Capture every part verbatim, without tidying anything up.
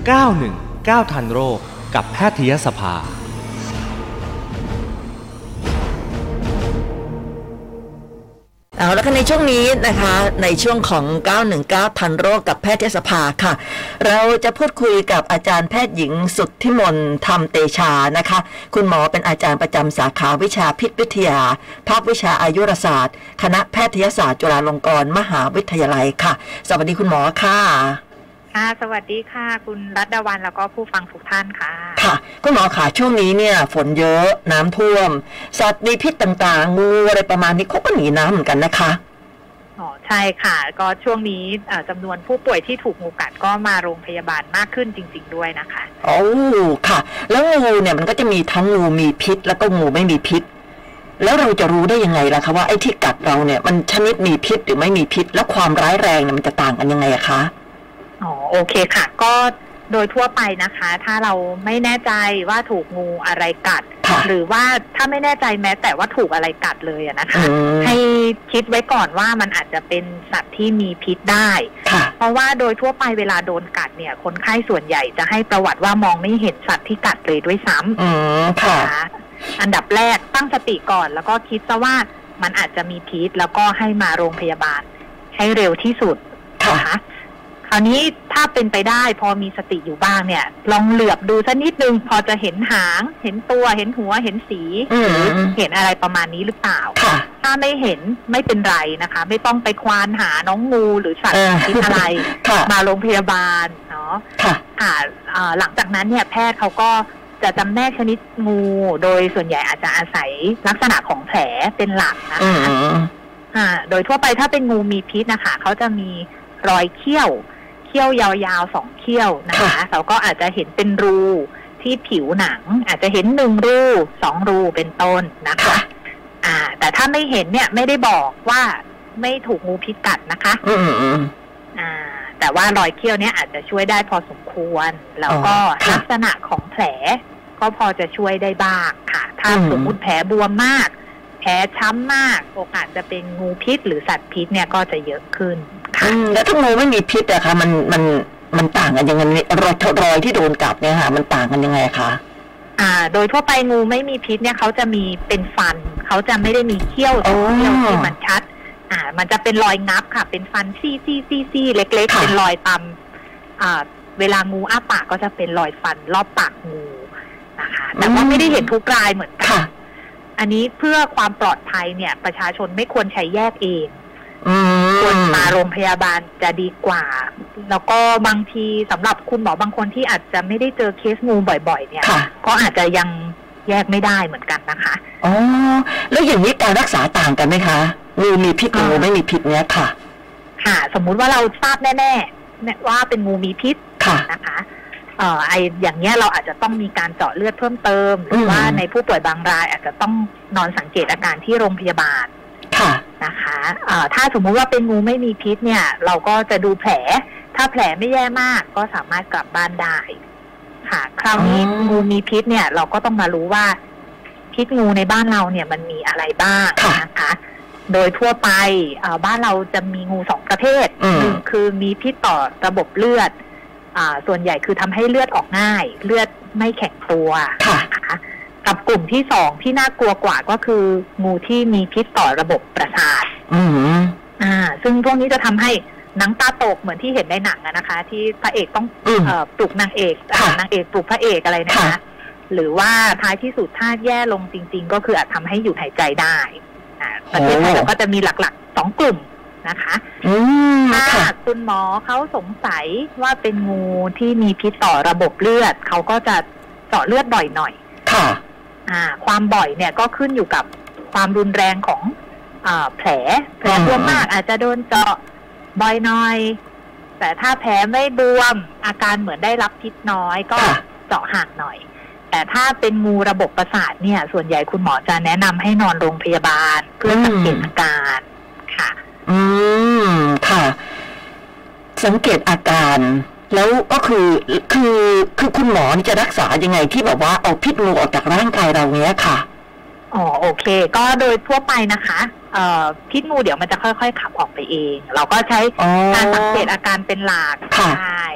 เก้าหนึ่งเก้าทันโรคกับแพทยสภาเอาแล้วก็ในช่วงนี้นะคะในช่วงของเก้าหนึ่งเก้าทันโรคกับแพทยสภาค่ะเราจะพูดคุยกับอาจารย์แพทย์หญิงสุทธิมนต์ธรรมเตชานะคะคุณหมอเป็นอาจารย์ประจำสาขาวิชาพิษวิทยาภาควิชาอายุรศาสตร์คณะแพทยศาสตร์จุฬาลงกรณ์มหาวิทยาลัยค่ะสวัสดีคุณหมอค่ะค่ะสวัสดีค่ะคุณรัตดาวันแล้วก็ผู้ฟังทุกท่านค่ะค่ะคุณหมอค่ะช่วงนี้เนี่ยฝนเยอะน้ำท่วมสัตว์มีพิษต่างๆงูอะไรประมาณนี้เขาก็หนีน้ำเหมือนกันนะคะอ๋อใช่ค่ะก็ช่วงนี้จำนวนผู้ป่วยที่ถูกงูกัดก็มาโรงพยาบาลมากขึ้นจริงๆด้วยนะคะอ๋อค่ะแล้วงูเนี่ยมันก็จะมีทั้งงูมีพิษแล้วก็งูไม่มีพิษแล้วเราจะรู้ได้ยังไงล่ะคะว่าไอ้ที่กัดเราเนี่ยมันชนิดมีพิษหรือไม่มีพิษแล้วความร้ายแรงเนี่ยมันจะต่างกันยังไงอะคะอ๋อโอเคค่ะก็โดยทั่วไปนะคะถ้าเราไม่แน่ใจว่าถูกงูอะไรกัดหรือว่าถ้าไม่แน่ใจแม้แต่ว่าถูกอะไรกัดเลยนะคะให้คิดไว้ก่อนว่ามันอาจจะเป็นสัตว์ที่มีพิษได้เพราะว่าโดยทั่วไปเวลาโดนกัดเนี่ยคนไข้ส่วนใหญ่จะให้ประวัติว่ามองไม่เห็นสัตว์ที่กัดเลยด้วยซ้ำค่ะอันดับแรกตั้งสติก่อนแล้วก็คิดซะว่ามันอาจจะมีพิษแล้วก็ให้มาโรงพยาบาลให้เร็วที่สุดนะคะคราวนี้ถ้าเป็นไปได้พอมีสติอยู่บ้างเนี่ยลองเหลือบดูสักนิดนึงพอจะเห็นหางเห็นตัวเห็นหัวเห็นสีหรือเห็นอะไรประมาณนี้หรือเปล่าถ้าไม่เห็นไม่เป็นไรนะคะไม่ต้องไปควานหาน้องงูหรือสัตว์พิษอะไรมาโรงพยาบาลเนาะค่ะหลังจากนั้นเนี่ยแพทย์เขาก็จะจำแนกชนิดงูโดยส่วนใหญ่อาจจะอาศัยลักษณะของแผลเป็นหลักนะคะโดยทั่วไปถ้าเป็นงูมีพิษนะคะเขาจะมีรอยเขี้ยวเขี้ยวยาวๆสองเขี้ยวนะคะเราก็อาจจะเห็นเป็นรูที่ผิวหนังอาจจะเห็นหนึ่งรูสองรูเป็นต้นนะคะอ่าแต่ถ้าไม่เห็นเนี่ยไม่ได้บอกว่าไม่ถูกงูพิษกัดนะคะอ่าแต่ว่ารอยเขี้ยวเนี้ยอาจจะช่วยได้พอสมควรแล้วก็ลักษณะของแผลก็พอจะช่วยได้บ้างค่ะถ้าสมมุติแผลบวมมากแผลช้ำมากโอกาสจะเป็นงูพิษหรือสัตว์พิษเนี่ยก็จะเยอะขึ้นอืมแล้วถ้างูไม่มีพิษอะคะมันมันมันต่างกันยังไงรอยรอยที่โดนกัดเนี่ยค่ะมันต่างกันยังไงคะอ่าโดยทั่วไปงูไม่มีพิษเนี่ยเขาจะมีเป็นฟันเขาจะไม่ได้มีเขี้ยวเขี้ยวที่มันชัดอ่ามันจะเป็นรอยงับค่ะเป็นฟันซี่ซี่ซี่ซี่เล็กๆเป็นรอยตำอ่าเวลางูอ้าปากก็จะเป็นรอยฟันรอบปากงูนะคะแต่ว่าไม่ได้เห็นทุกรายเหมือนกันอันนี้เพื่อความปลอดภัยเนี่ยประชาชนไม่ควรใช้แยกเองควรมาโรงพยาบาลจะดีกว่าแล้วก็บางทีสำหรับคุณหมอบางคนที่อาจจะไม่ได้เจอเคสงูบ่อยๆเนี่ยก็อาจจะยังแยกไม่ได้เหมือนกันนะคะอ๋อแล้วอย่างนี้การรักษาต่างกันไหมคะงูมีพิษกับงูไม่มีพิษเนี่ยค่ะค่ะสมมุติว่าเราทราบแน่ๆว่าเป็นงูมีพิษนะคะเอ่อไออย่างเงี้ยเราอาจจะต้องมีการเจาะเลือดเพิ่มเติมหรือว่าในผู้ป่วยบางรายอาจจะต้องนอนสังเกตอาการที่โรงพยาบาลนะคะถ้าสมมุติว่าเป็นงูไม่มีพิษเนี่ยเราก็จะดูแผลถ้าแผลไม่แย่มากก็สามารถกลับบ้านได้ค่ะคราวนี้งูมีพิษเนี่ยเราก็ต้องมารู้ว่าพิษงูในบ้านเราเนี่ยมันมีอะไรบ้างนะคะโดยทั่วไปบ้านเราจะมีงูสองประเภทหนึ่งคือมีพิษต่อระบบเลือดส่วนใหญ่คือทำให้เลือดออกง่ายเลือดไม่แข็งตัวนะคะกับกลุ่มที่สองที่น่ากลัวกว่าก็คืองูที่มีพิษต่อระบบประสาทอ่าซึ่งพวกนี้จะทำให้หนังตาตกเหมือนที่เห็นในหนังนะคะที่พระเอกต้องเอ่อปลุกนางเอกนางเอกปลุกพระเอกอะไรนะคะหรือว่าท้ายที่สุดถ้าแย่ลงจริงๆก็คืออาจทำให้หยุดหายใจได้อ่าประเทศไทยก็จะมีหลักๆสองกลุ่มนะคะถ้าคุณหมอเขาสงสัยว่าเป็นงูที่มีพิษต่อระบบเลือดเขาก็จะเจาะเลือดบ่อยหน่อยค่ะอ่าความบ่อยเนี่ยก็ขึ้นอยู่กับความรุนแรงของอ่าแผลแผลบวมมากอาจจะโดนเจาะบ่อยหน่อยแต่ถ้าแผลไม่บวมอาการเหมือนได้รับพิษน้อยก็เจาะห่างหน่อยแต่ถ้าเป็นงูระบบประสาทเนี่ยส่วนใหญ่คุณหมอจะแนะนำให้นอนโรงพยาบาลเพื่อสังเกตอาการค่ะอืมค่ะสังเกตอาการแล้วก็คือคือคือคุณหมอจะรักษายังไงที่แบบว่าเอาพิษงูออกจากร่างกายเราเนี้ยค่ะอ๋อโอเคก็โดยทั่วไปนะคะเอ่อพิษงูเดี๋ยวมันจะค่อยๆขับออกไปเองเราก็ใช้การสังเกตอาการเป็นหลักใช่ค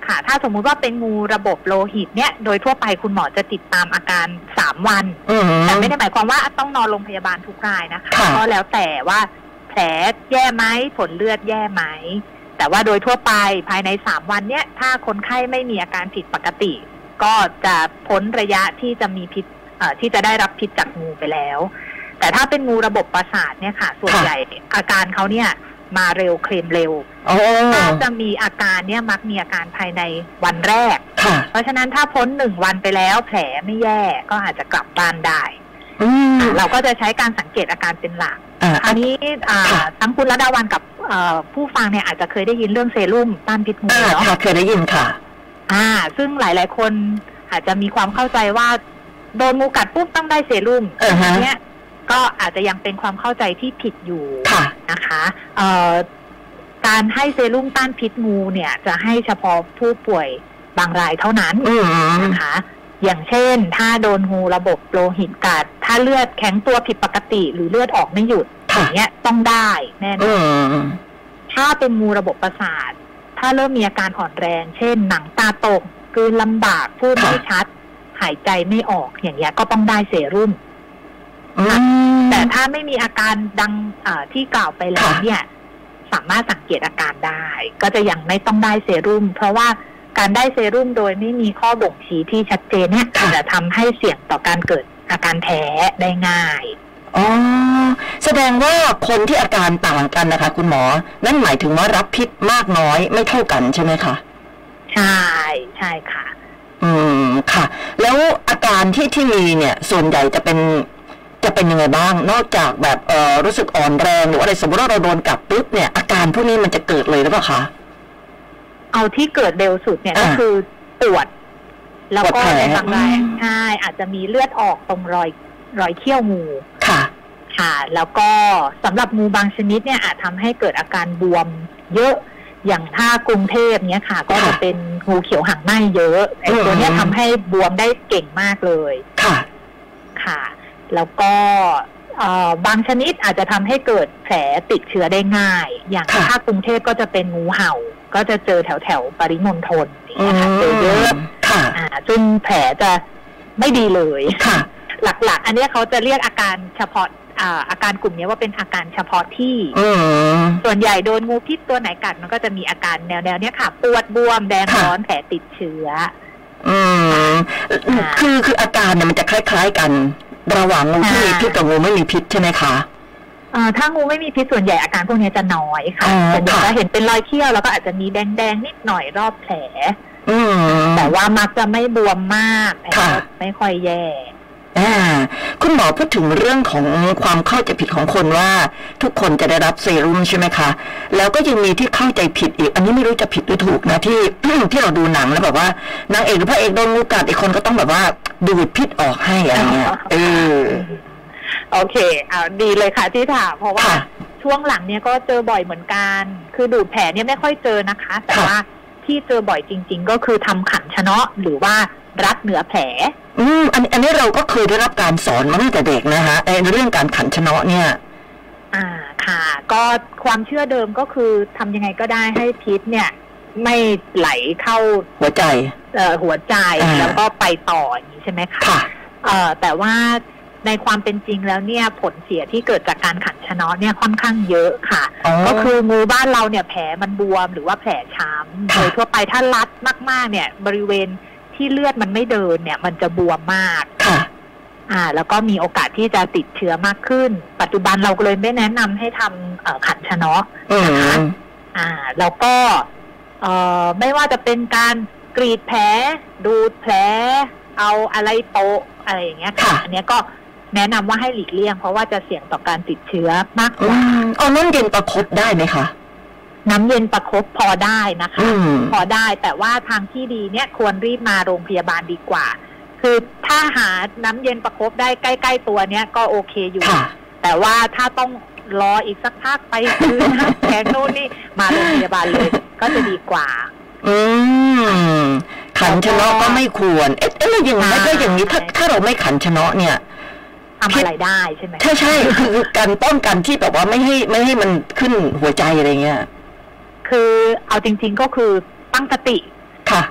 ค่ะถ้าสมมุติว่าเป็นงูระบบโลหิตเนี่ยโดยทั่วไปคุณหมอจะติดตามอาการสามวันแต่ไม่ได้หมายความว่าต้องนอนโรงพยาบาลทุกรายนะคะก็แล้วแต่ว่าแผลแย่ไหมผลเลือดแย่ไหมแต่ว่าโดยทั่วไปภายในสามวันเนี่ยถ้าคนไข้ไม่มีอาการผิดปกติก็จะพ้นระยะที่จะมีพิษที่จะได้รับพิษจากงูไปแล้วแต่ถ้าเป็นงูระบบประสาทเนี่ยค่ะส่วนใหญ่อาการเขาเนี่ยมาเร็วเคลมเร็วถ้าจะมีอาการเนี่ยมักมีอาการภายในวันแรกเพราะฉะนั้นถ้าพ้นหนึ่งวันไปแล้วแผลไม่แย่ก็อาจจะกลับบ้านได้เราก็จะใช้การสังเกตอาการเป็นหลักอันนี้ทั้งคุณระดาวันกับผู้ฟังเนี่ยอาจจะเคยได้ยินเรื่องเซรุ่มต้านพิษงูเนาะเคยได้ยินค่ะอ่าซึ่งหลายๆคนอาจจะมีความเข้าใจว่าโดนงูกัดปุ๊บต้องได้เซรุ่มอันนี้ก็อาจจะยังเป็นความเข้าใจที่ผิดอยู่นะคะการให้เซรุ่มต้านพิษงูเนี่ยจะให้เฉพาะผู้ป่วยบางรายเท่านั้นนะคะอย่างเช่นถ้าโดนงูระบบโลหิตกัดถ้าเลือดแข็งตัวผิดปกติหรือเลือดออกไม่หยุดอย่างเงี้ยต้องได้แน่นอนถ้าเป็นงูระบบประสาทถ้าเริ่มมีอาการอ่อนแรงเช่นหนังตาตกกลืนลำบากพูดไม่ชัดหายใจไม่ออกอย่างเงี้ยก็ต้องได้เซรุ่มแต่ถ้าไม่มีอาการดังที่กล่าวไปแล้วเนี่ยสามารถสังเกตอาการได้ก็จะยังไม่ต้องได้เซรุ่มเพราะว่าการได้เซรุ่มโดยไม่มีข้อบ่งชี้ที่ชัดเจนเนี่ยจะทำให้เสี่ยงต่อการเกิดอาการแพ้ได้ง่ายอ๋อแสดงว่าคนที่อาการต่างกันนะคะคุณหมอนั่นหมายถึงว่ารับพิษมากน้อยไม่เท่ากันใช่ไหมคะใช่ใช่ค่ะอืมค่ะแล้วอาการที่ที่มีเนี่ยส่วนใหญ่จะเป็นจะเป็นยังไงบ้างนอกจากแบบเออรู้สึกอ่อนแรงหรืออะไรสมมติว่าเราโดนกัดปุ๊บเนี่ยอาการพวกนี้มันจะเกิดเลยหรือเปล่าคะเอาที่เกิดเร็วสุดเนี่ยก็คือปวดแล้วก็ในบางรายใช่อาจจะมีเลือดออกตรงรอยรอยเขี้ยวงูค่ะค่ะแล้วก็สำหรับงูบางชนิดเนี่ยอาจทำให้เกิดอาการบวมเยอะอย่างถ้ากรุงเทพเนี้ยค่ะก็จะเป็นงูเขียวหางไหม้เยอะไอ้ตัวเนี้ยทำให้บวมได้เก่งมากเลยค่ะค่ะแล้วก็บางชนิดอาจจะทำให้เกิดแผลติดเชื้อได้ง่ายอย่างถ้ากรุงเทพก็จะเป็นงูเห่าก็จะเจอแถวแถวปริมณฑลนี่ค่ะเจอเยอะอ่าซึ่งแผลจะไม่ดีเลยหลักๆอันนี้เขาจะเรียกอาการเฉพาะอ่าอาการกลุ่มนี้ว่าเป็นอาการเฉพาะที่ส่วนใหญ่โดนงูพิษตัวไหนกัดมันก็จะมีอาการแนวๆนี้ค่ะปวดบวมแดงร้อนแผลติดเชื้ออืมคือคืออาการเนี่ยมันจะคล้ายๆกันระหว่างงูที่มีพิษกับงูไม่มีพิษใช่ไหมคะถ้างูไม่มีพิษส่วนใหญ่อาการพวกนี้จะน้อยค่ะส่วนใหญ่จะเห็นเป็นรอยเขี้ยวแล้วก็อาจจะมีแดงๆนิดหน่อยรอบแผลแต่ว่ามักจะไม่บวมมากไม่ค่อยแย่คุณหมอพูดถึงเรื่องของความเข้าใจผิดของคนว่าทุกคนจะได้รับเซรุ่มใช่ไหมคะแล้วก็ยังมีที่เข้าใจผิดอีกอันนี้ไม่รู้จะผิดหรือถูกนะที่ที่เราดูหนังแล้วแบบว่านางเอกหรือพระเอกโดนงูกัดอีกคนก็ต้องแบบว่าดูดพิษออกให้อะไรเงี้ยเออโอเคเอาดีเลยค่ะที่ถามเพราะว่าช่วงหลังเนี่ยก็เจอบ่อยเหมือนกันคือดูดแผลเนี่ยไม่ค่อยเจอนะคะแต่ว่าที่เจอบ่อยจริงๆก็คือทำขันชะเนาะหรือว่ารัดเหนือแผลอืมอันอันนี้เราก็เคยได้รับการสอนมาตั้งแต่เด็กนะคะในเรื่องการขันชะเนาะเนี่ยอ่าค่ะก็ความเชื่อเดิมก็คือทำยังไงก็ได้ให้พิษเนี่ยไม่ไหลเข้าหัวใจเอ่อหัวใจแล้วก็ไปต่ออย่างนี้ใช่ไหมคะค่ะเอ่อแต่ว่าในความเป็นจริงแล้วเนี่ยผลเสียที่เกิดจากการขันชะเนาะเนี่ยค่อนข้างเยอะค่ะก็คืองูบ้านเราเนี่ยแผลมันบวมหรือว่าแผลช้ำโดยทั่วไปถ้ารัดมากๆเนี่ยบริเวณที่เลือดมันไม่เดินเนี่ยมันจะบวมมากค่ะอ่าแล้วก็มีโอกาสที่จะติดเชื้อมากขึ้นปัจจุบันเราเลยไม่แนะนำให้ทำขันชะเนาะนะคะอ่าแล้วก็เอ่อไม่ว่าจะเป็นการกรีดแผลดูดแผลเอาอะไรโปะอะไรอย่างเงี้ยค่ะอันนี้ก็แนะนำว่าให้หลีกเลี่ยงเพราะว่าจะเสี่ยงต่อการติดเชื้อมากกว่าเอาน้ำเย็นประคบได้ไหมคะน้ำเย็นประคบพอได้นะคะพอได้แต่ว่าทางที่ดีเนี่ยควรรีบมาโรงพยาบาลดีกว่าคือถ้าหาน้ำเย็นประคบได้ใกล้ๆตัวเนี้ยก็โอเคอยู่แต่ว่าถ้าต้องรออีกสักพักไปซื้อน้ำแข็งโน่นนี่มาโรงพยาบาลเลยก็จะดีกว่าอืมขันชะเนาะก็ไม่ควรเอ๊ะแล้วอย่างนี้ก็อย่างนี้ถ้าถ้าเราไม่ขันชะเนาะเนี่ยทำอะไรได้ใช่ไหมใช่ใช่คือการป้องกันที่แบบว่าไม่ให้ไม่ให้มันขึ้นหัวใจอะไรเงี้ยคือเอาจริงๆก็คือตั้งสติค่ะ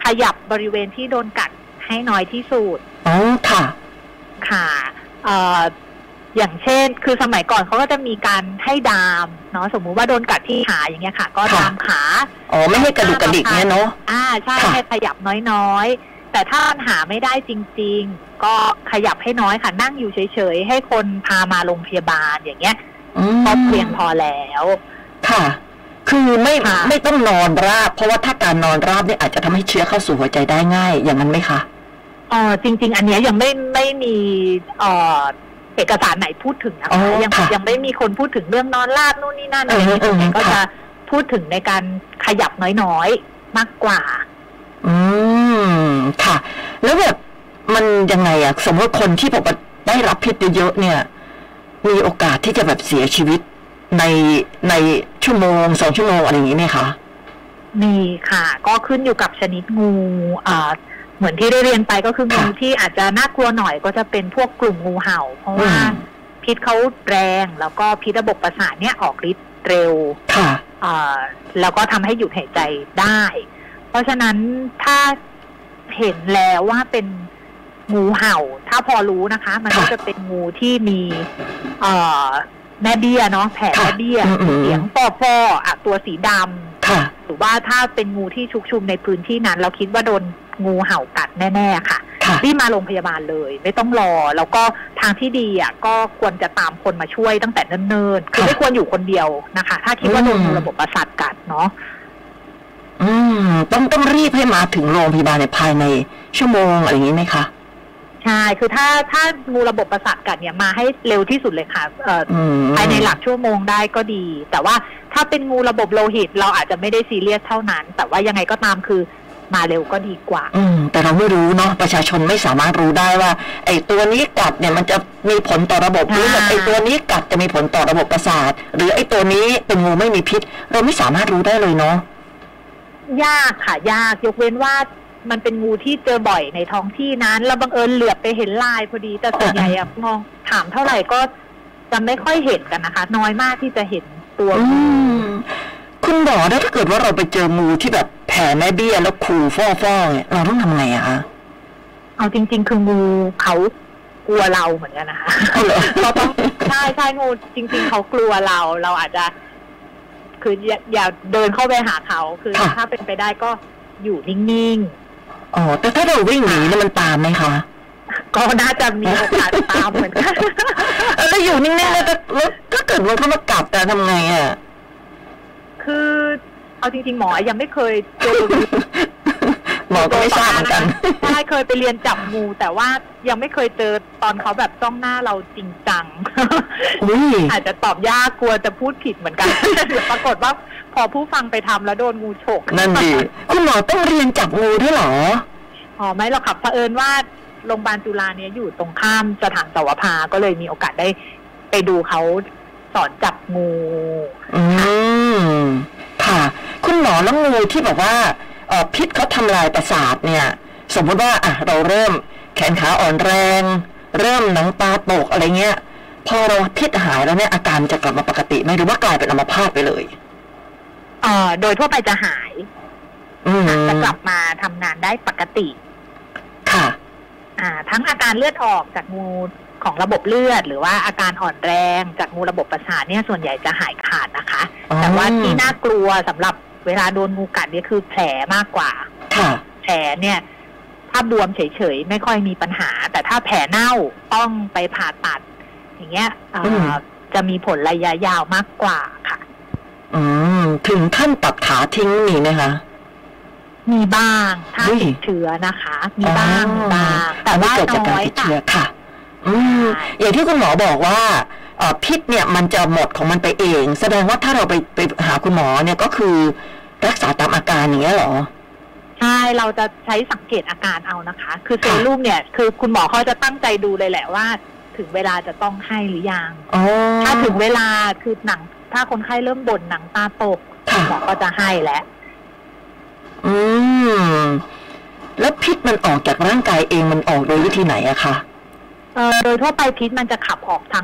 ยับบริเวณที่โดนกัดให้น้อยที่สุดอ๋อค่ะค่ะเอ่ออย่างเช่นคือสมัยก่อนเขาก็จะมีการให้ดามเนาะสมมุติว่าโดนกัดที่ขาอย่างเงี้ยค่ะก็ดามขาอ๋อไม่ให้กระดุกกระดิกเนี่ยเนาะอ่าใช่ให้ขยับน้อยๆแต่ถ้าหาไม่ได้จริงๆก็ขยับให้น้อยค่ะนั่งอยู่เฉยๆให้คนพามาโรงพยาบาลอย่างเงี้ยก็เพียงพอแล้วค่ะคือไม่ไม่ต้องนอนราบเพราะว่าถ้าการนอนราบเนี่ยอาจจะทำให้เชื้อเข้าสู่หัวใจได้ง่ายอย่างนั้นไหมคะอ๋อจริงๆอันนี้ยังไม่ไม่มีเอ่อเอกสารไหนพูดถึงนะคะยังยังไม่มีคนพูดถึงเรื่องนอนราบนู่นนี่นั่นอะไรนี้ส่วนใหญ่ก็จะพูดถึงในการขยับน้อยๆมากกว่าอืมค่ะแล้วแบบมันยังไงอะสมมติคนที่แบบได้รับพิษเยอะๆเนี่ยมีโอกาสที่จะแบบเสียชีวิตในในชั่วโมงสองชั่วโมงอะไรอย่างนี้ไหมคะมีค่ะก็ขึ้นอยู่กับชนิดงูอ่าเหมือนที่ได้เรียนไปก็คืองูที่อาจจะน่ากลัวหน่อยก็จะเป็นพวกกลุ่มงูเห่าเพราะว่าพิษเขาแรงแล้วก็พิษระบบประสาทเนี่ยออกฤทธิ์เร็วค่ะอ่าแล้วก็ทำให้หยุดหายใจได้เพราะฉะนั้นถ้าเห็นแล้วว่าเป็นงูเห่าถ้าพอรู้นะคะมันก็จะเป็นงูที่มีเอ่อแม่เบี้ยเนาะแผลแม่เบี้ยเสียงปอปออ่ะตัวสีดำหรือว่าถ้าเป็นงูที่ชุกชุมในพื้นที่นั้นเราคิดว่าโดนงูเห่ากัดแน่ๆค่ะรีบมาโรงพยาบาลเลยไม่ต้องรอแล้วก็ทางที่ดีอ่ะก็ควรจะตามคนมาช่วยตั้งแต่เนิ่นๆคือไม่ควรอยู่คนเดียวนะคะถ้าคิดว่าโดนงูระบบประสาทกัดเนาะอืมต้องต้องรีบให้มาถึงโรงพยาบาลในภายในชั่วโมงอะไรอย่างนี้ไหมคะใช่คือถ้าถ้างูระบบประสาทกัดเนี่ยมาให้เร็วที่สุดเลยค่ะเอ่อภายในหลักชั่วโมงได้ก็ดีแต่ว่าถ้าเป็นงูระบบโลหิตเราอาจจะไม่ได้ซีเรียสเท่านั้นแต่ว่ายังไงก็ตามคือมาเร็วก็ดีกว่าอืมแต่เราไม่รู้เนาะประชาชนไม่สามารถรู้ได้ว่าไอ้ตัวนี้กัดเนี่ยมันจะมีผลต่อระบบหรือไอ้ตัวนี้กัดจะมีผลต่อระบบประสาทหรือไอ้ตัวนี้เป็นงูไม่มีพิษเราไม่สามารถรู้ได้เลยเนาะยากค่ะยากยกเว้นว่ามันเป็นงูที่เจอบ่อยในท้องที่นั้นแล้วบังเอิญเหลือบไปเห็นลายพอดีแต่ส่วนใหญ่อะมองถามเท่าไหร่ก็จะไม่ค่อยเห็นกันนะคะน้อยมากที่จะเห็นตัวคุณหมอถ้าเกิดว่าเราไปเจองูที่แบบแผ่แม่เบี้ยแล้วขู่ฟ้อๆเนี่ยเราต้องทำไงอะคะเอาจริงๆคืองูเขากลัวเราเหมือนกันนะคะเขาต้องใช่ใช่งูจริงๆเขากลัวเราเราอาจจะคืออย่าอย่าเดินเข้าไปหาเขาคือถ้าเป็นไปได้ก็อยู่นิ่งๆอ๋อแต่ถ้าเราวิ่งหนีเนี่ยมันตามไหมคะก็น่าจะมีโอกาสตามเหมือนกันแล้วอยู่นิ่งๆแล้วถ้าเกิดว่าเขามากัดแต่ทำไงอ่ะคือเอาจริงๆหมอยังไม่เคยเจอหมอก็ไม่ทราบเหมือนกันใช่เคยไปเรียนจับงูแต่ว่ายังไม่เคยเจอตอนเขาแบบจ้องหน้าเราจริงจังอาจจะตอบยากกลัวจะพูดผิดเหมือนกันปรากฏว่าพอผู้ฟังไปทำแล้วโดนงูฉกนั่นดิคุณหมอต้องเรียนจับงูด้วยเหรออ๋อไม่หรอกครับเผอิญว่าโรงพยาบาลจุฬาเนี่ยอยู่ตรงข้ามสถานสวภาก็เลยมีโอกาสได้ไปดูเขาสอนจับงูอืมค่ะคุณหมอแล้วงูที่บอกว่าเอ่อพิษเขาทำลายประสาทเนี่ยสมมติว่าอ่ะเราเริ่มแขนขาอ่อนแรงเริ่มหนังตาตกอะไรเงี้ยพอเราพิษหายแล้วเนี่ยอาการจะกลับมาปกติไหมหรือว่ากลายเป็นอัมพาตไปเลยเอ่อโดยทั่วไปจะหายจะกลับมาทำงานได้ปกติค่ะอ่าทั้งอาการเลือดออกจากงูของระบบเลือดหรือว่าอาการอ่อนแรงจากงูระบบประสาทเนี่ยส่วนใหญ่จะหายขาดนะคะแต่ว่าที่น่ากลัวสำหรับเวลาโดนงูกัดเนี่ยคือแผลมากกว่าแผลเนี่ยถ้าบวมเฉยๆไม่ค่อยมีปัญหาแต่ถ้าแผลเน่าต้องไปผ่าตัดอย่างเงี้ยจะมีผลระยะยาวมากกว่าค่ะอืมถึงขั้นตัดขาทิ้งมีไหมคะมีบ้างถ้าติดเชื้อนะคะมีบ้างมีบ้างแต่ว่าน้อยค่ะอืมอย่างที่คุณหมอบอกว่าพิษเนี่ยมันจะหมดของมันไปเองแสดงว่าถ้าเราไปไปหาคุณหมอเนี่ยก็คือรักษาตามอาการอย่างเงี้ยหรอใช่เราจะใช้สังเกตอาการเอานะคะคือเซรุ่มเนี่ยคือคุณหมอเขาจะตั้งใจดูเลยแหละว่าถึงเวลาจะต้องให้หรือยังถ้าถึงเวลาคือหนังถ้าคนไข้เริ่มบ่นหนังตาตกคุณหมอก็จะให้แล้วอืมแล้วพิษมันออกจากร่างกายเองมันออกโดยวิธีไหนอะคะเอ่อโดยทั่วไปพิษมันจะขับออกทางป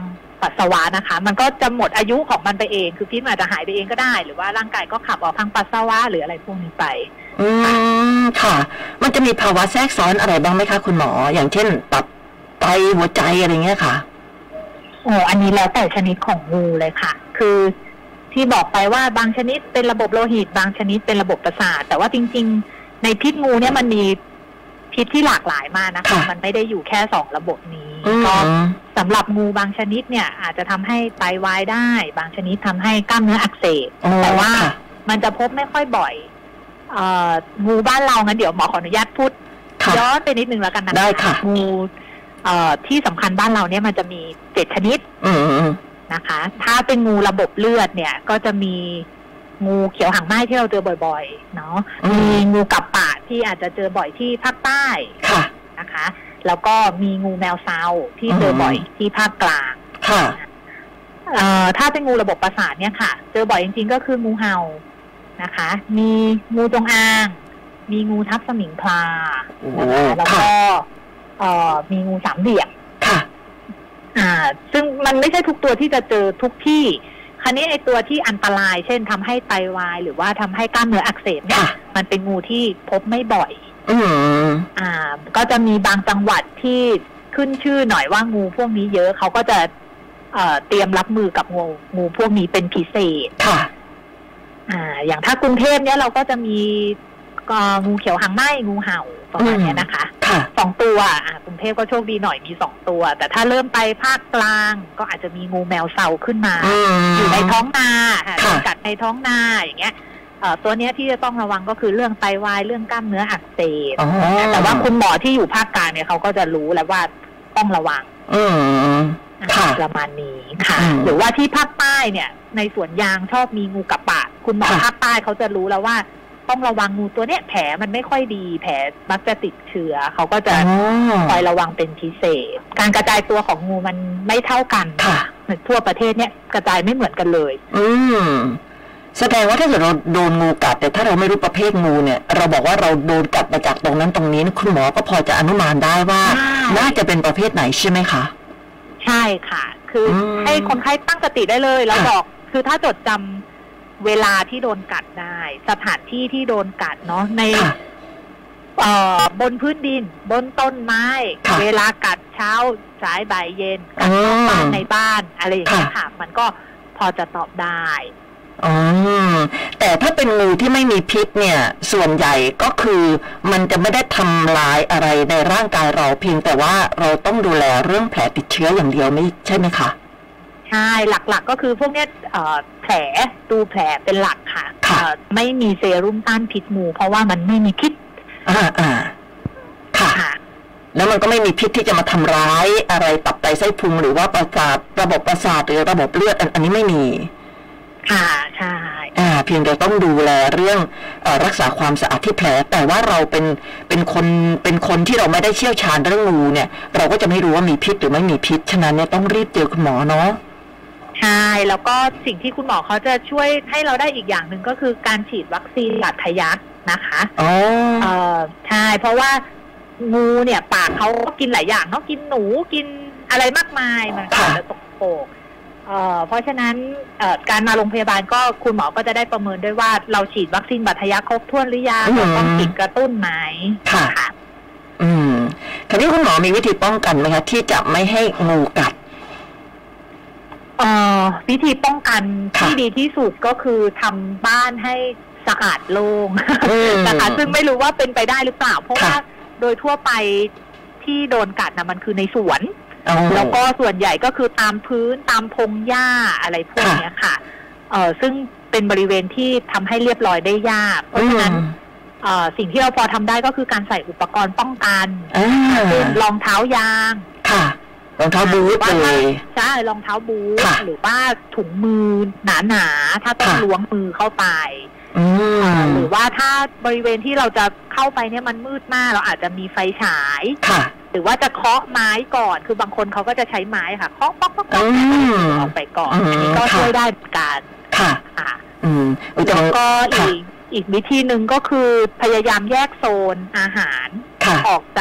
ปัสสาวะนะคะมันก็จะหมดอายุของมันไปเองคือพิษอาจจะหายไปเองก็ได้หรือว่าร่างกายก็ขับออกทางปัสสาวะหรืออะไรพวกนี้ไปอืมค่ะมันจะมีภาวะแทรกซ้อนอะไรบ้างไหมคะคุณหมออย่างเช่นตับไตหัวใจอะไรเงี้ยค่ะโอ้อันนี้แล้วแต่ชนิดของงูเลยค่ะคือที่บอกไปว่าบางชนิดเป็นระบบโลหิตบางชนิดเป็นระบบประสาทแต่ว่าจริงๆในพิษงูเนี่ยมันมีพิษที่หลากหลายมากนะคะมันไม่ได้อยู่แค่สองระบบนี้ก็สำหรับงูบางชนิดเนี่ยอาจจะทำให้ไตวายได้บางชนิดทำให้กล้ามเนื้ออักเสบแต่ว่ามันจะพบไม่ค่อยบ่อยเอ่องูบ้านเรางั้นเดี๋ยวหมอขออนุญาตพูดย้อนไปนิดนึงแล้วกันนะคะได้ค่ะงูเอ่อที่สำคัญบ้านเราเนี่ยมันจะมีเจ็ดชนิดนะคะถ้าเป็นงูระบบเลือดเนี่ยก็จะมีงูเขียวหางไหม้ที่เราเจอบ่อยๆเนาะมีงูกับปะที่อาจจะเจอบ่อยที่ภาคใต้นะคะแล้วก็มีงูแมวเซาที่เจอบ่อยที่ภาคกลางเอ่อถ้าเป็นงูระบบประสาทเนี่ยค่ะเจอบ่อยจริงๆก็คืองูเห่านะคะมีงูจงอางมีงูทับสมิงพลานะคะแล้วก็เอ่อมีงูสามเหลี่ยมค่ะอ่าซึ่งมันไม่ใช่ทุกตัวที่จะเจอทุกที่คราวนี้ไอ้ตัวที่อันตรายเช่นทำให้ไตวายหรือว่าทำให้กล้ามเนื้ออักเสบเนี่ยมันเป็นงูที่พบไม่บ่อยอืมอ่าก็จะมีบางจังหวัดที่ขึ้นชื่อหน่อยว่างูพวกนี้เยอะเขาก็จะเอ่อเตรียมรับมือกับงูงูพวกนี้เป็นพิเศษค่ะอ่าอย่างถ้ากรุงเทพเนี่ยเราก็จะมีงูเขียวหางไหม้งูเห่าประมาณนี้นะคะสองตัวอ่ากรุงเทพก็โชคดีหน่อยมีสองตัวแต่ถ้าเริ่มไปภาคกลางก็อาจจะมีงูแมวเซาขึ้นมาอยู่ในท้องนาค่ะกัดในท้องนาอย่างเงี้ยตัวเนี้ยที่จะต้องระวังก็คือเรื่องไตวายเรื่องกล้ามเนื้ออักเสบแต่ว่าคุณหมอที่อยู่ภาคกลางเนี่ยเขาก็จะรู้แล้วว่าต้องระวังประมาณนี้ค่ะหรือว่าที่ภาคใต้เนี่ยในสวนยางชอบมีงูกับปะคุณหมอภาคใต้เขาจะรู้แล้วว่าต้องระวังงูตัวเนี้ยแผลมันไม่ค่อยดีแผลมักจะติดเชื้อเขาก็จะคอยระวังเป็นพิเศษการกระจายตัวของงูมันไม่เท่ากันค่ะทั่วประเทศเนี้ยกระจายไม่เหมือนกันเลยอืมแสดงว่าถ้าเกิดเราโดนงูกัดแต่ถ้าเราไม่รู้ประเภทงูเนี่ยเราบอกว่าเราโดนกัดมาจากตรงนั้นตรงนี้คุณหมอก็พอจะอนุมานได้ว่าน่าจะเป็นประเภทไหนใช่ไหมคะใช่ค่ะคือให้คนไข้ตั้งสติได้เลยแล้วบอกคือถ้าจดจำเวลาที่โดนกัดได้สถานที่ที่โดนกัดเนาะในเอ่อบนพื้นดินบนต้นไม้เวลากัดเช้าสายบ่ายเย็นกัดนอกบ้านในบ้านอะไรอย่างเงี้ยค่ะมันก็พอจะตอบได้อ๋อแต่ถ้าเป็นงูที่ไม่มีพิษเนี่ยส่วนใหญ่ก็คือมันจะไม่ได้ทำลายอะไรในร่างกายเราเพียงแต่ว่าเราต้องดูแลเรื่องแผลติดเชื้ออย่างเดียวไม่ใช่ไหมคะใช่หลักๆก็คือพวกนี้แผลดูแผลเป็นหลักค่ะไม่มีเซรุ่มต้านพิษงูเพราะว่ามันไม่มีพิษอ่าอ่าค่ะแล้วมันก็ไม่มีพิษที่จะมาทำร้ายอะไรตับไตไส้พุงหรือว่าประสาทระบบประสาทหรือระบบเลือดอันนี้ไม่มีค่ะใช่อ่าเพียงแต่ต้องดูแลเรื่องเอ่อรักษาความสะอาดที่แผลแต่ว่าเราเป็นเป็นคนเป็นคนที่เราไม่ได้เชี่ยวชาญเรื่องงูเนี่ยเราก็จะไม่รู้ว่ามีพิษหรือไม่มีพิษฉะนั้นเนี่ยต้องรีบเจอคุณหมอเนาะใช่แล้วก็สิ่งที่คุณหมอเขาจะช่วยให้เราได้อีกอย่างหนึ่งก็คือการฉีดวัคซีนบาดทะยักนะคะอ๋อเออใช่เพราะว่างูเนี่ยปากเขากินหลายอย่างเนาะกินหนูกินอะไรมากมายมันก็จะตกโปกเอ่อเพราะฉะนั้นเอ่อการมาโรงพยาบาลก็คุณหมอก็จะได้ประเมินด้วยว่าเราฉีดวัคซีนบาดทะยักครบถ้วนหรือยังเราต้องฉีดกระตุ้นไหมค่ะอืมคราวนี้คุณหมอมีวิธีป้องกันไหมคะที่จะไม่ให้งูกัดเอ่อวิธีป้องกันที่ดีที่สุดก็คือทำบ้านให้สะอาดโล่งนะคะซึ่งไม่รู้ว่าเป็นไปได้หรือเปล่าเพราะว่าโดยทั่วไปที่โดนกัดนะมันคือในสวนแล้วก็ส่วนใหญ่ก็คือตามพื้นตามพงหญ้าอะไรพวกนี้ค่ะเอ่อซึ่งเป็นบริเวณที่ทำให้เรียบร้อยได้ยากเพราะฉะนั้นเอ่อสิ่งที่เราพอทำได้ก็คือการใส่อุปกรณ์ป้องกันเช่นรองเท้ายางรองเท้าบูทเลยใช่รองเท้าบูทหรือว่าถุงมือหนาๆถ้าต้องล้วงมือเข้าไปหรือว่าถ้าบริเวณที่เราจะเข้าไปเนี่ยมันมืดมากเราอาจจะมีไฟฉายหรือว่าจะเคาะไม้ก่อนคือบางคนเขาก็จะใช้ไม้ค่ะเคาะป๊อกป๊อกป๊อกออกไปก่อนอันนี้ก็ช่วยได้เหมือนกันค่ะแล้วก็อีกอีกวิธีหนึ่งก็คือพยายามแยกโซนอาหารออกจากโซ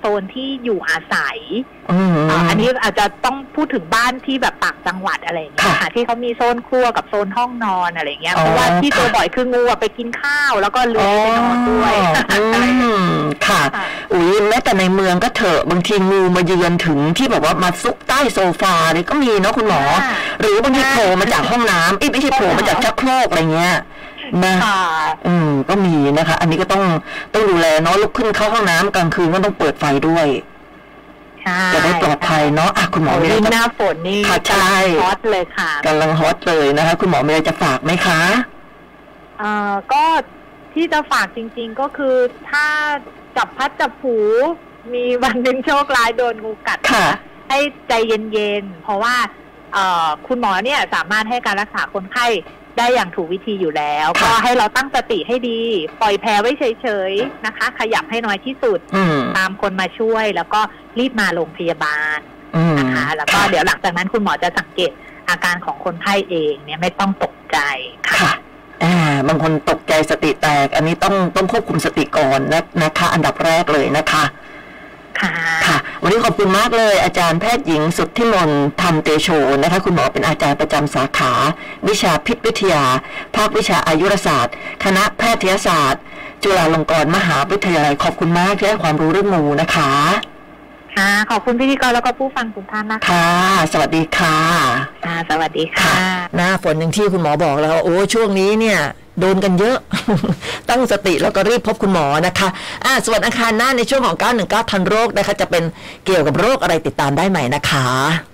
โซนที่อยู่อาศัยอืมอ่าอันนี้อาจจะต้องพูดถึงบ้านที่แบบต่างจังหวัดอะไรอย่างเงี้ยค่ะที่เขามีโซนครัวกับโซนห้องนอนอะไรเงี้ยเพราะว่าที่เจอบ่อยคืองูไปกินข้าวแล้วก็เลื้อยไปนอนด้วยอะไรอย่างเงี้ยค่ะอุ้ยแม้แต่ในเมืองก็เถอะบางทีงูมาเยือนถึงที่แบบว่ามาซุกใต้โซฟาเลยก็มีเนาะคุณหมอหรือบางทีโผล่มาจากห้องน้ำไม่ใช่โผล่มาจากชักโครกอะไรเงี้ยนะอืมก็มีนะคะอันนี้ก็ต้องต้องดูแลเนาะลุกขึ้นเข้าห้องน้ำกลางคืนก็ต้องเปิดไฟด้วยจะได้ปลอดภัยเนาะอ่ะคุณหมอมีอะไรหน้าฝนนี่ใช่ฮอตเลยค่ะกำลังฮอตเลยนะคะคุณหมอมีอะไรจะฝากไหมคะเอ่อก็ที่จะฝากจริงๆก็คือถ้าจับพัดจับผูมีวันหนึ่งโชคร้ายโดนงูกัดให้ใจเย็นๆเพราะว่าเอ่อคุณหมอเนี่ยสามารถให้การรักษาคนไข้ได้อย่างถูกวิธีอยู่แล้วก็ให้เราตั้งสติให้ดีปล่อยแผลไว้เฉยๆนะคะขยับให้น้อยที่สุดตามคนมาช่วยแล้วก็รีบมาโรงพยาบาลนะคะแล้วก็เดี๋ยวหลังจากนั้นคุณหมอจะสังเกตอาการของคนไข้เองเนี่ยไม่ต้องตกใจค่ะอ่าบางคนตกใจสติแตกอันนี้ต้องต้องควบคุมสติก่อนนะนะคะอันดับแรกเลยนะคะค่ะวันนี้ขอบคุณมากเลยอาจารย์แพทย์หญิงสุทธิมนต์ธรรมเตโชนะคะคุณหมอเป็นอาจารย์ประจำสาขาวิชาพิษวิทยาภาควิชาอายุรศาสตร์คณะแพทยศาสตร์จุฬาลงกรณ์มหาวิทยาลัยขอบคุณมากที่ให้ความรู้เรื่องงูนะคะค่ะขอบคุณพิธีกรแล้วก็ผู้ฟังทุกท่านนะคะค่ะสวัสดีค่ะค่ะสวัสดีค่ะหน้าฝนอย่างที่คุณหมอบอกแล้วโอ้ช่วงนี้เนี่ยโดนกันเยอะ ตั้งสติแล้วก็รีบพบคุณหมอนะคะอ่าส่วนอังคารหน้าในช่วงของเก้าหนึ่งเก้าทันโรคนะคะจะเป็นเกี่ยวกับโรคอะไรติดตามได้ใหม่นะคะ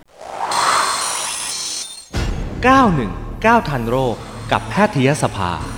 เก้าหนึ่งเก้าทันโรคกับแพทยสภา